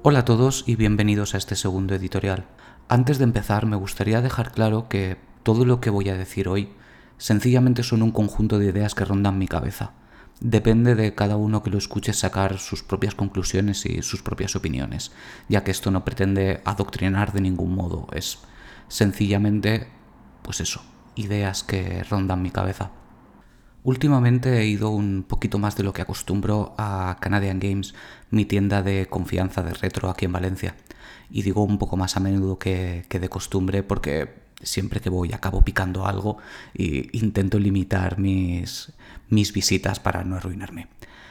Hola a todos y bienvenidos a este segundo editorial. Antes de empezar me gustaría dejar claro que todo lo que voy a decir hoy sencillamente son un conjunto de ideas que rondan mi cabeza. Depende de cada uno que lo escuche sacar sus propias conclusiones y sus propias opiniones, ya que esto no pretende adoctrinar de ningún modo, es sencillamente, pues eso, ideas que rondan mi cabeza. Últimamente he ido un poquito más de lo que acostumbro a Canadian Games, mi tienda de confianza de retro aquí en Valencia. Y digo un poco más a menudo que de costumbre porque siempre que voy acabo picando algo e intento limitar mis visitas para no arruinarme.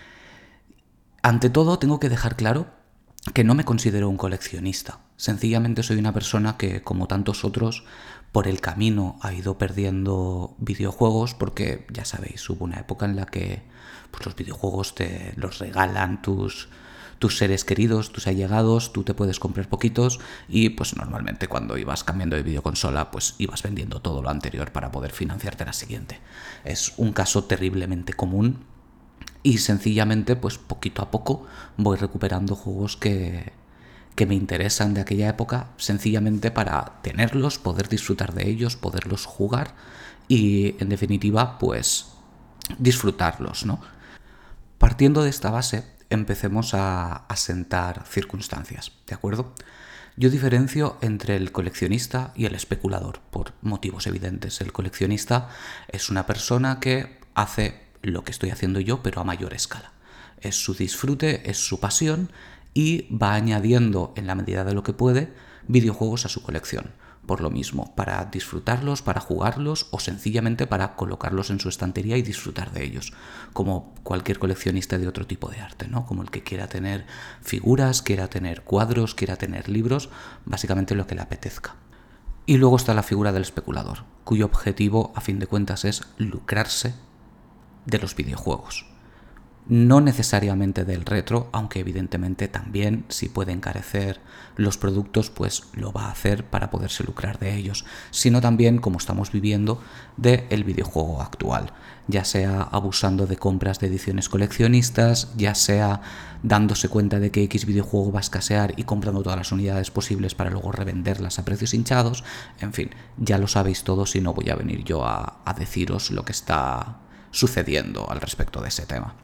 Ante todo, tengo que dejar claro que no me considero un coleccionista. Sencillamente soy una persona que, como tantos otros, por el camino ha ido perdiendo videojuegos porque, ya sabéis, hubo una época en la que pues, los videojuegos te los regalan tus seres queridos, tus allegados, tú te puedes comprar poquitos y pues normalmente cuando ibas cambiando de videoconsola pues ibas vendiendo todo lo anterior para poder financiarte la siguiente. Es un caso terriblemente común y sencillamente pues poquito a poco voy recuperando juegos que me interesan de aquella época, sencillamente para tenerlos, poder disfrutar de ellos, poderlos jugar y en definitiva pues disfrutarlos, ¿no? Partiendo de esta base, empecemos a sentar circunstancias, ¿de acuerdo? Yo diferencio entre el coleccionista y el especulador, por motivos evidentes. El coleccionista es una persona que hace lo que estoy haciendo yo, pero a mayor escala. Es su disfrute, es su pasión y va añadiendo, en la medida de lo que puede, videojuegos a su colección. Por lo mismo, para disfrutarlos, para jugarlos o sencillamente para colocarlos en su estantería y disfrutar de ellos, como cualquier coleccionista de otro tipo de arte, ¿no? Como el que quiera tener figuras, quiera tener cuadros, quiera tener libros, básicamente lo que le apetezca. Y luego está la figura del especulador, cuyo objetivo, a fin de cuentas, es lucrarse de los videojuegos. No necesariamente del retro, aunque evidentemente también si puede encarecer los productos, pues lo va a hacer para poderse lucrar de ellos, sino también, como estamos viviendo, del videojuego actual, ya sea abusando de compras de ediciones coleccionistas, ya sea dándose cuenta de que X videojuego va a escasear y comprando todas las unidades posibles para luego revenderlas a precios hinchados. En fin, ya lo sabéis todos y no voy a venir yo a deciros lo que está sucediendo al respecto de ese tema.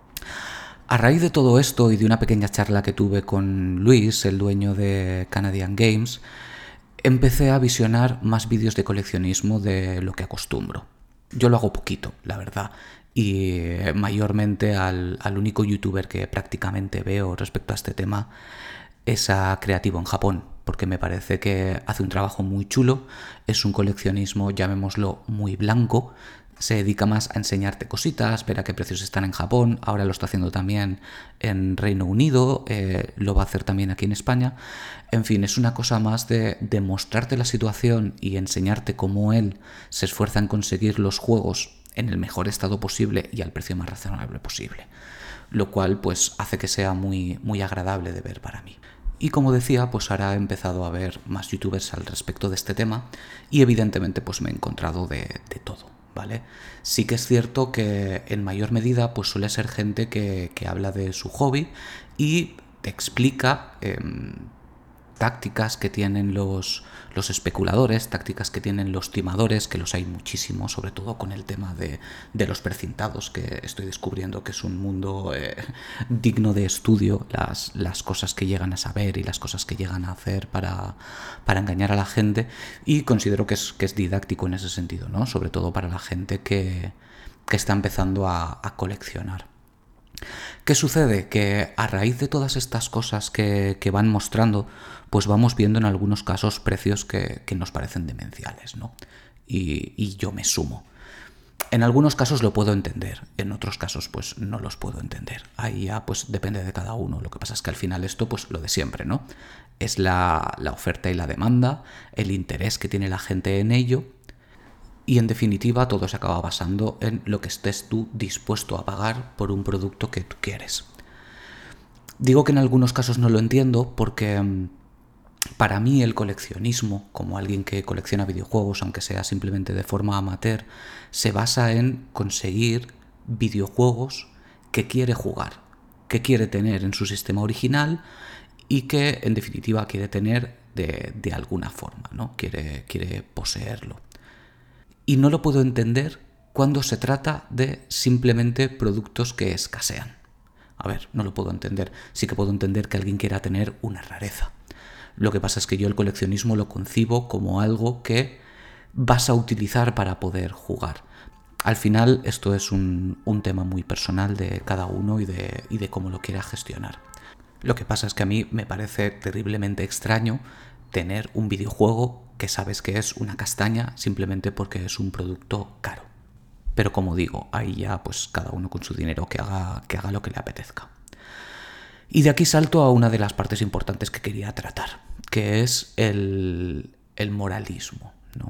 A raíz de todo esto y de una pequeña charla que tuve con Luis, el dueño de Canadian Games, empecé a visionar más vídeos de coleccionismo de lo que acostumbro. Yo lo hago poquito, la verdad, y mayormente al único youtuber que prácticamente veo respecto a este tema es a Creativo en Japón, porque me parece que hace un trabajo muy chulo, es un coleccionismo, llamémoslo, muy blanco, se dedica más a enseñarte cositas, ver a qué precios están en Japón, ahora lo está haciendo también en Reino Unido, lo va a hacer también aquí en España. En fin, es una cosa más de mostrarte la situación y enseñarte cómo él se esfuerza en conseguir los juegos en el mejor estado posible y al precio más razonable posible, lo cual pues hace que sea muy, muy agradable de ver para mí. Y como decía, pues ahora he empezado a ver más youtubers al respecto de este tema y evidentemente pues me he encontrado de todo, ¿vale? Sí que es cierto que en mayor medida pues suele ser gente que habla de su hobby y te explica tácticas que tienen los especuladores, tácticas que tienen los timadores, que los hay muchísimos, sobre todo con el tema de los precintados, que estoy descubriendo que es un mundo digno de estudio, las cosas que llegan a saber y las cosas que llegan a hacer para engañar a la gente, y considero que es didáctico en ese sentido, ¿no? Sobre todo para la gente que está empezando a coleccionar. ¿Qué sucede? Que a raíz de todas estas cosas que van mostrando, pues vamos viendo en algunos casos precios que nos parecen demenciales, ¿no? Y yo me sumo. En algunos casos lo puedo entender, en otros casos pues no los puedo entender. Ahí ya pues depende de cada uno. Lo que pasa es que al final esto pues lo de siempre, ¿no? Es la oferta y la demanda, el interés que tiene la gente en ello. Y en definitiva todo se acaba basando en lo que estés tú dispuesto a pagar por un producto que tú quieres. Digo que en algunos casos no lo entiendo porque para mí el coleccionismo, como alguien que colecciona videojuegos, aunque sea simplemente de forma amateur, se basa en conseguir videojuegos que quiere jugar, que quiere tener en su sistema original y que en definitiva quiere tener de alguna forma, ¿no? Quiere poseerlo. Y no lo puedo entender cuando se trata de simplemente productos que escasean. A ver, no lo puedo entender. Sí que puedo entender que alguien quiera tener una rareza. Lo que pasa es que yo el coleccionismo lo concibo como algo que vas a utilizar para poder jugar. Al final esto es un tema muy personal de cada uno y de cómo lo quiera gestionar. Lo que pasa es que a mí me parece terriblemente extraño tener un videojuego que sabes que es una castaña simplemente porque es un producto caro. Pero como digo, ahí ya pues cada uno con su dinero que haga lo que le apetezca. Y de aquí salto a una de las partes importantes que quería tratar, que es el moralismo, ¿no?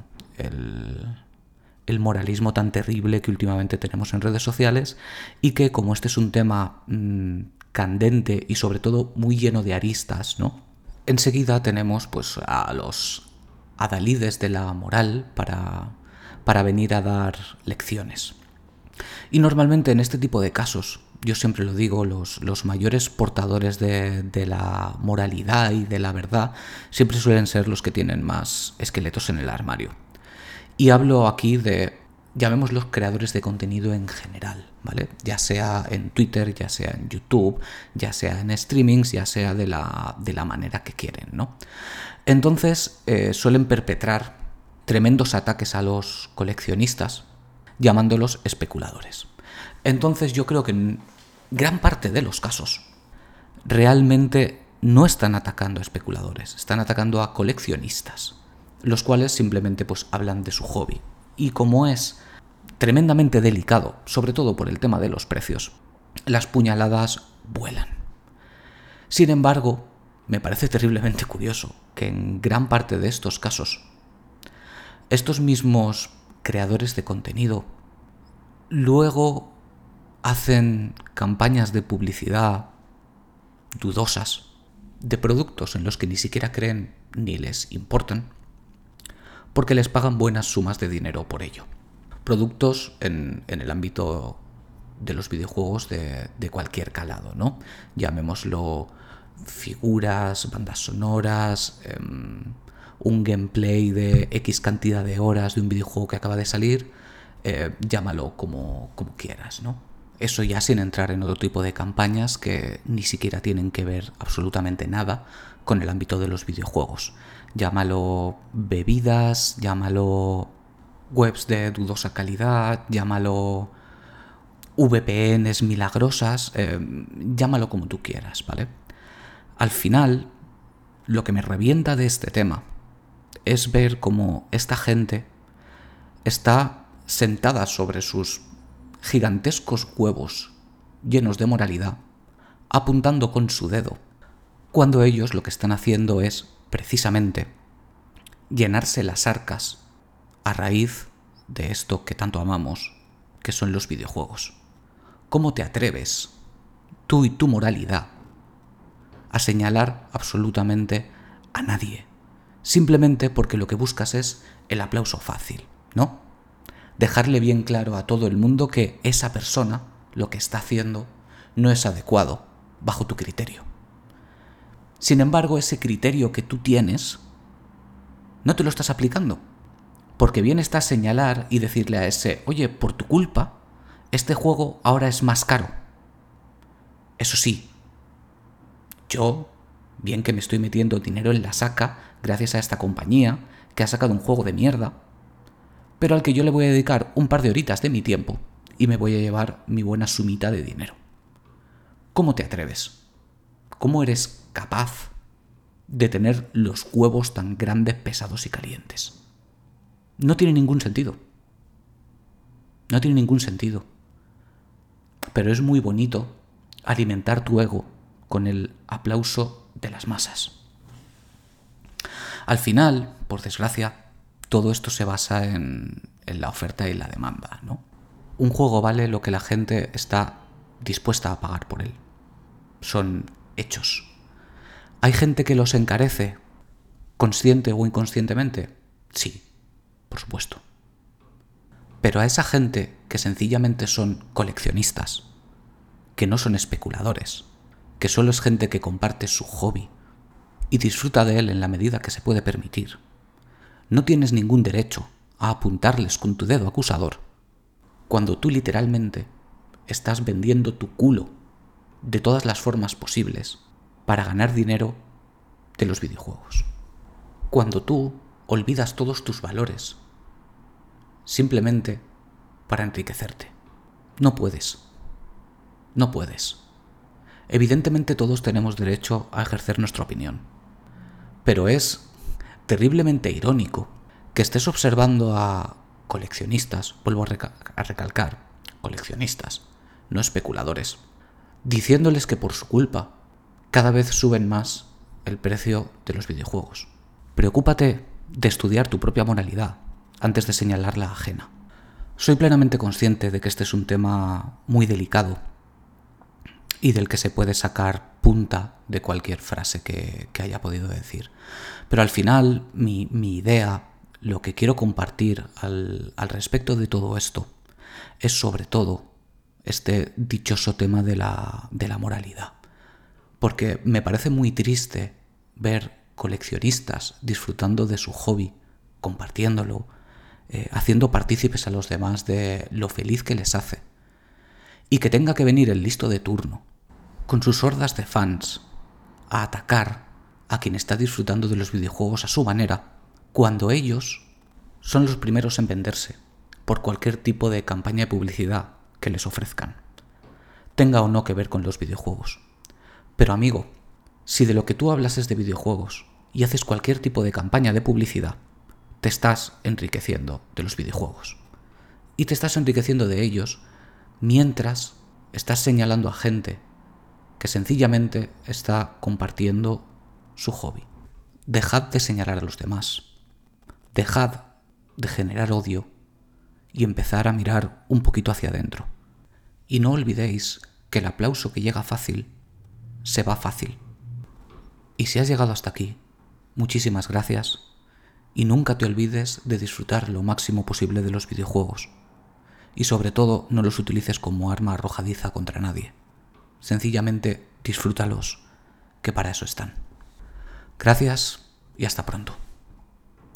El moralismo tan terrible que últimamente tenemos en redes sociales y que, como este es un tema candente y sobre todo muy lleno de aristas, ¿no? Enseguida tenemos pues a los adalides de la moral para venir a dar lecciones. Y normalmente en este tipo de casos, yo siempre lo digo, los mayores portadores de la moralidad y de la verdad siempre suelen ser los que tienen más esqueletos en el armario. Y hablo aquí de, llamémoslos creadores de contenido en general, ¿vale? Ya sea en Twitter, ya sea en YouTube, ya sea en streamings, ya sea de la manera que quieren, ¿no? Entonces suelen perpetrar tremendos ataques a los coleccionistas, llamándolos especuladores. Entonces yo creo que en gran parte de los casos realmente no están atacando a especuladores, están atacando a coleccionistas, los cuales simplemente pues hablan de su hobby. Y como es tremendamente delicado, sobre todo por el tema de los precios, las puñaladas vuelan. Sin embargo, me parece terriblemente curioso que en gran parte de estos casos, estos mismos creadores de contenido luego hacen campañas de publicidad dudosas de productos en los que ni siquiera creen ni les importan, porque les pagan buenas sumas de dinero por ello. Productos en el ámbito de los videojuegos de cualquier calado, ¿no? Llamémoslo figuras, bandas sonoras, un gameplay de X cantidad de horas de un videojuego que acaba de salir, llámalo como quieras, ¿no? Eso ya sin entrar en otro tipo de campañas que ni siquiera tienen que ver absolutamente nada con el ámbito de los videojuegos. Llámalo bebidas, llámalo webs de dudosa calidad, llámalo VPNs milagrosas, llámalo como tú quieras, ¿vale? Al final, lo que me revienta de este tema es ver cómo esta gente está sentada sobre sus gigantescos huevos llenos de moralidad, apuntando con su dedo, cuando ellos lo que están haciendo es, precisamente, llenarse las arcas a raíz de esto que tanto amamos, que son los videojuegos. ¿Cómo te atreves, tú y tu moralidad, a señalar absolutamente a nadie? Simplemente porque lo que buscas es el aplauso fácil, ¿no? Dejarle bien claro a todo el mundo que esa persona, lo que está haciendo, no es adecuado bajo tu criterio. Sin embargo, ese criterio que tú tienes, no te lo estás aplicando. Porque bien está señalar y decirle a ese, oye, por tu culpa, este juego ahora es más caro. Eso sí, yo, bien que me estoy metiendo dinero en la saca gracias a esta compañía que ha sacado un juego de mierda, pero al que yo le voy a dedicar un par de horitas de mi tiempo y me voy a llevar mi buena sumita de dinero. ¿Cómo te atreves? ¿Cómo eres capaz de tener los huevos tan grandes, pesados y calientes? No tiene ningún sentido. No tiene ningún sentido. Pero es muy bonito alimentar tu ego con el aplauso de las masas. Al final, por desgracia, todo esto se basa en la oferta y la demanda, ¿no? Un juego vale lo que la gente está dispuesta a pagar por él. Son hechos. ¿Hay gente que los encarece, consciente o inconscientemente? Sí, por supuesto. Pero a esa gente que sencillamente son coleccionistas, que no son especuladores, que solo es gente que comparte su hobby y disfruta de él en la medida que se puede permitir. No tienes ningún derecho a apuntarles con tu dedo acusador cuando tú literalmente estás vendiendo tu culo de todas las formas posibles para ganar dinero de los videojuegos. Cuando tú olvidas todos tus valores simplemente para enriquecerte. No puedes. No puedes. Evidentemente todos tenemos derecho a ejercer nuestra opinión. Pero es terriblemente irónico que estés observando a coleccionistas, vuelvo a recalcar, coleccionistas, no especuladores, diciéndoles que por su culpa cada vez suben más el precio de los videojuegos. Preocúpate de estudiar tu propia moralidad antes de señalar la ajena. Soy plenamente consciente de que este es un tema muy delicado y del que se puede sacar punta de cualquier frase que haya podido decir. Pero al final, mi idea, lo que quiero compartir al respecto de todo esto, es sobre todo este dichoso tema de la moralidad. Porque me parece muy triste ver coleccionistas disfrutando de su hobby, compartiéndolo, haciendo partícipes a los demás de lo feliz que les hace. Y que tenga que venir el listo de turno, con sus hordas de fans, a atacar a quien está disfrutando de los videojuegos a su manera, cuando ellos son los primeros en venderse por cualquier tipo de campaña de publicidad que les ofrezcan, tenga o no que ver con los videojuegos. Pero amigo, si de lo que tú hablas es de videojuegos y haces cualquier tipo de campaña de publicidad, te estás enriqueciendo de los videojuegos. Y te estás enriqueciendo de ellos mientras estás señalando a gente que sencillamente está compartiendo su hobby. Dejad de señalar a los demás. Dejad de generar odio y empezar a mirar un poquito hacia adentro. Y no olvidéis que el aplauso que llega fácil, se va fácil. Y si has llegado hasta aquí, muchísimas gracias y nunca te olvides de disfrutar lo máximo posible de los videojuegos. Y sobre todo, no los utilices como arma arrojadiza contra nadie. Sencillamente disfrútalos, que para eso están. Gracias y hasta pronto.